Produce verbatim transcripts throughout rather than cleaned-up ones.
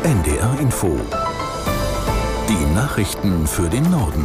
N D R Info. Die Nachrichten für den Norden.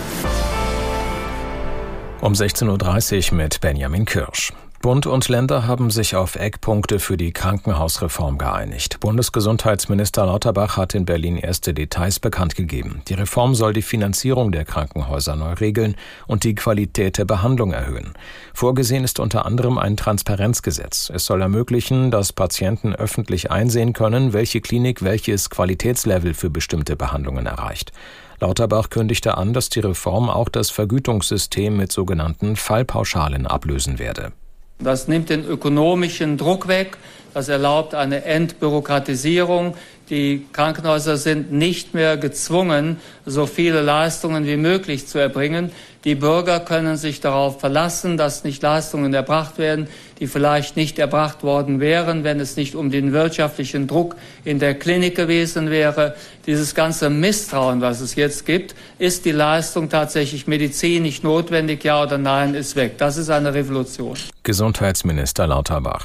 Um sechzehn Uhr dreißig mit Benjamin Kirsch. Bund und Länder haben sich auf Eckpunkte für die Krankenhausreform geeinigt. Bundesgesundheitsminister Lauterbach hat in Berlin erste Details bekannt gegeben. Die Reform soll die Finanzierung der Krankenhäuser neu regeln und die Qualität der Behandlung erhöhen. Vorgesehen ist unter anderem ein Transparenzgesetz. Es soll ermöglichen, dass Patienten öffentlich einsehen können, welche Klinik welches Qualitätslevel für bestimmte Behandlungen erreicht. Lauterbach kündigte an, dass die Reform auch das Vergütungssystem mit sogenannten Fallpauschalen ablösen werde. Das nimmt den ökonomischen Druck weg, das erlaubt eine Entbürokratisierung. Die Krankenhäuser sind nicht mehr gezwungen, so viele Leistungen wie möglich zu erbringen. Die Bürger können sich darauf verlassen, dass nicht Leistungen erbracht werden, die vielleicht nicht erbracht worden wären, wenn es nicht um den wirtschaftlichen Druck in der Klinik gewesen wäre. Dieses ganze Misstrauen, was es jetzt gibt, ist die Leistung tatsächlich medizinisch notwendig, ja oder nein, ist weg. Das ist eine Revolution. Gesundheitsminister Lauterbach.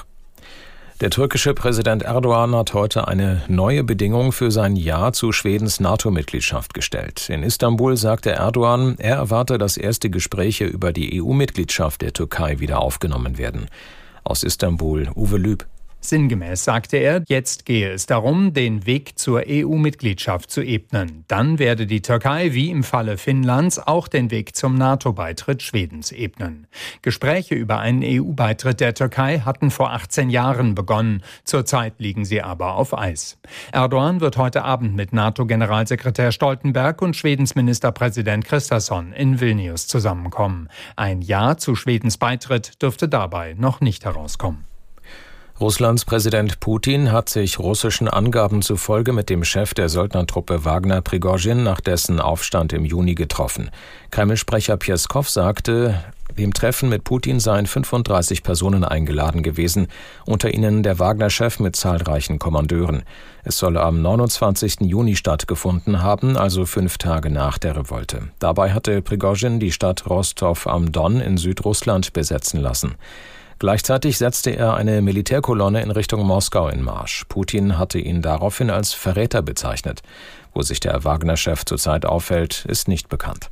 Der türkische Präsident Erdogan hat heute eine neue Bedingung für sein Ja zu Schwedens NATO-Mitgliedschaft gestellt. In Istanbul sagte Erdogan, er erwarte, dass erste Gespräche über die E U-Mitgliedschaft der Türkei wieder aufgenommen werden. Aus Istanbul, Uwe Lüb. Sinngemäß sagte er, jetzt gehe es darum, den Weg zur E U-Mitgliedschaft zu ebnen. Dann werde die Türkei, wie im Falle Finnlands, auch den Weg zum NATO-Beitritt Schwedens ebnen. Gespräche über einen E U-Beitritt der Türkei hatten vor achtzehn Jahren begonnen. Zurzeit liegen sie aber auf Eis. Erdogan wird heute Abend mit NATO-Generalsekretär Stoltenberg und Schwedens Ministerpräsident Kristersson in Vilnius zusammenkommen. Ein Ja zu Schwedens Beitritt dürfte dabei noch nicht herauskommen. Russlands Präsident Putin hat sich russischen Angaben zufolge mit dem Chef der Söldnertruppe Wagner Prigozhin nach dessen Aufstand im Juni getroffen. Kreml-Sprecher Pjeskow sagte, dem Treffen mit Putin seien fünfunddreißig Personen eingeladen gewesen, unter ihnen der Wagner-Chef mit zahlreichen Kommandeuren. Es solle am neunundzwanzigsten Juni stattgefunden haben, also fünf Tage nach der Revolte. Dabei hatte Prigozhin die Stadt Rostov am Don in Südrussland besetzen lassen. Gleichzeitig setzte er eine Militärkolonne in Richtung Moskau in Marsch. Putin hatte ihn daraufhin als Verräter bezeichnet. Wo sich der Wagner-Chef zurzeit aufhält, ist nicht bekannt.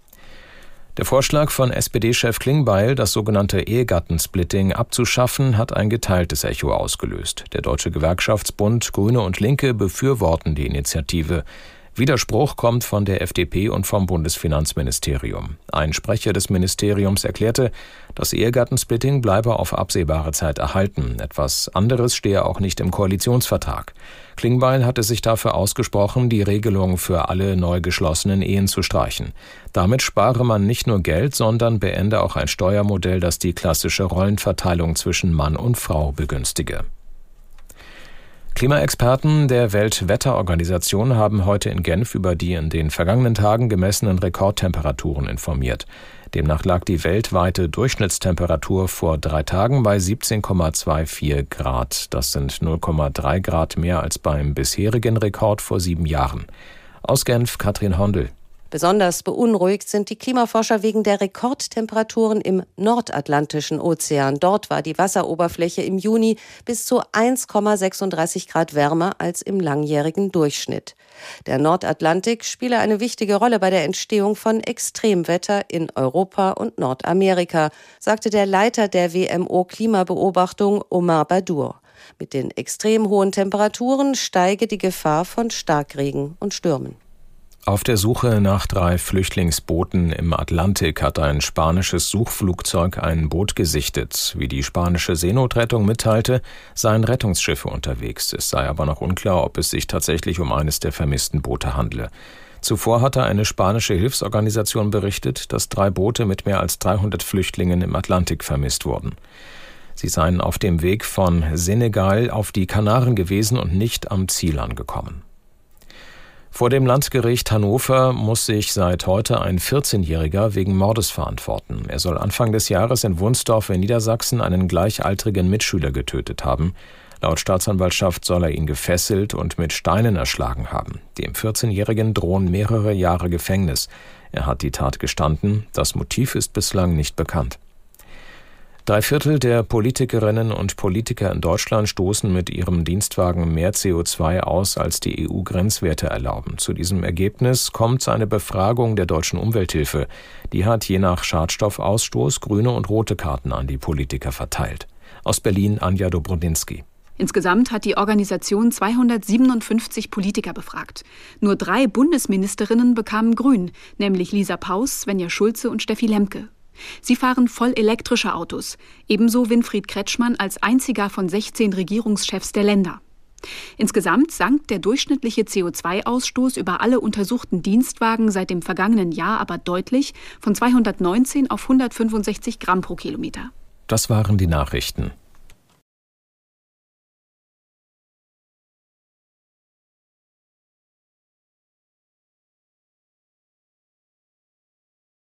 Der Vorschlag von S P D-Chef Klingbeil, das sogenannte Ehegattensplitting abzuschaffen, hat ein geteiltes Echo ausgelöst. Der Deutsche Gewerkschaftsbund, Grüne und Linke befürworten die Initiative. Widerspruch kommt von der F D P und vom Bundesfinanzministerium. Ein Sprecher des Ministeriums erklärte, das Ehegattensplitting bleibe auf absehbare Zeit erhalten. Etwas anderes stehe auch nicht im Koalitionsvertrag. Klingbeil hatte sich dafür ausgesprochen, die Regelung für alle neu geschlossenen Ehen zu streichen. Damit spare man nicht nur Geld, sondern beende auch ein Steuermodell, das die klassische Rollenverteilung zwischen Mann und Frau begünstige. Klimaexperten der Weltwetterorganisation haben heute in Genf über die in den vergangenen Tagen gemessenen Rekordtemperaturen informiert. Demnach lag die weltweite Durchschnittstemperatur vor drei Tagen bei siebzehn Komma vierundzwanzig Grad. Das sind null Komma drei Grad mehr als beim bisherigen Rekord vor sieben Jahren. Aus Genf, Katrin Hondel. Besonders beunruhigt sind die Klimaforscher wegen der Rekordtemperaturen im nordatlantischen Ozean. Dort war die Wasseroberfläche im Juni bis zu eins Komma sechsunddreißig Grad wärmer als im langjährigen Durchschnitt. Der Nordatlantik spiele eine wichtige Rolle bei der Entstehung von Extremwetter in Europa und Nordamerika, sagte der Leiter der W M O-Klimabeobachtung Omar Badur. Mit den extrem hohen Temperaturen steige die Gefahr von Starkregen und Stürmen. Auf der Suche nach drei Flüchtlingsbooten im Atlantik hat ein spanisches Suchflugzeug ein Boot gesichtet. Wie die spanische Seenotrettung mitteilte, seien Rettungsschiffe unterwegs. Es sei aber noch unklar, ob es sich tatsächlich um eines der vermissten Boote handle. Zuvor hatte eine spanische Hilfsorganisation berichtet, dass drei Boote mit mehr als dreihundert Flüchtlingen im Atlantik vermisst wurden. Sie seien auf dem Weg von Senegal auf die Kanaren gewesen und nicht am Ziel angekommen. Vor dem Landgericht Hannover muss sich seit heute ein vierzehnjähriger wegen Mordes verantworten. Er soll Anfang des Jahres in Wunsdorf in Niedersachsen einen gleichaltrigen Mitschüler getötet haben. Laut Staatsanwaltschaft soll er ihn gefesselt und mit Steinen erschlagen haben. Dem vierzehnjährigen drohen mehrere Jahre Gefängnis. Er hat die Tat gestanden. Das Motiv ist bislang nicht bekannt. Drei Viertel der Politikerinnen und Politiker in Deutschland stoßen mit ihrem Dienstwagen mehr C O zwei aus, als die E U-Grenzwerte erlauben. Zu diesem Ergebnis kommt eine Befragung der Deutschen Umwelthilfe. Die hat je nach Schadstoffausstoß grüne und rote Karten an die Politiker verteilt. Aus Berlin Anja Dobrodinsky. Insgesamt hat die Organisation zweihundertsiebenundfünfzig Politiker befragt. Nur drei Bundesministerinnen bekamen Grün, nämlich Lisa Paus, Svenja Schulze und Steffi Lemke. Sie fahren voll elektrische Autos, ebenso Winfried Kretschmann als einziger von sechzehn Regierungschefs der Länder. Insgesamt sank der durchschnittliche C O zwei Ausstoß über alle untersuchten Dienstwagen seit dem vergangenen Jahr aber deutlich von zweihundertneunzehn auf hundertfünfundsechzig Gramm pro Kilometer. Das waren die Nachrichten.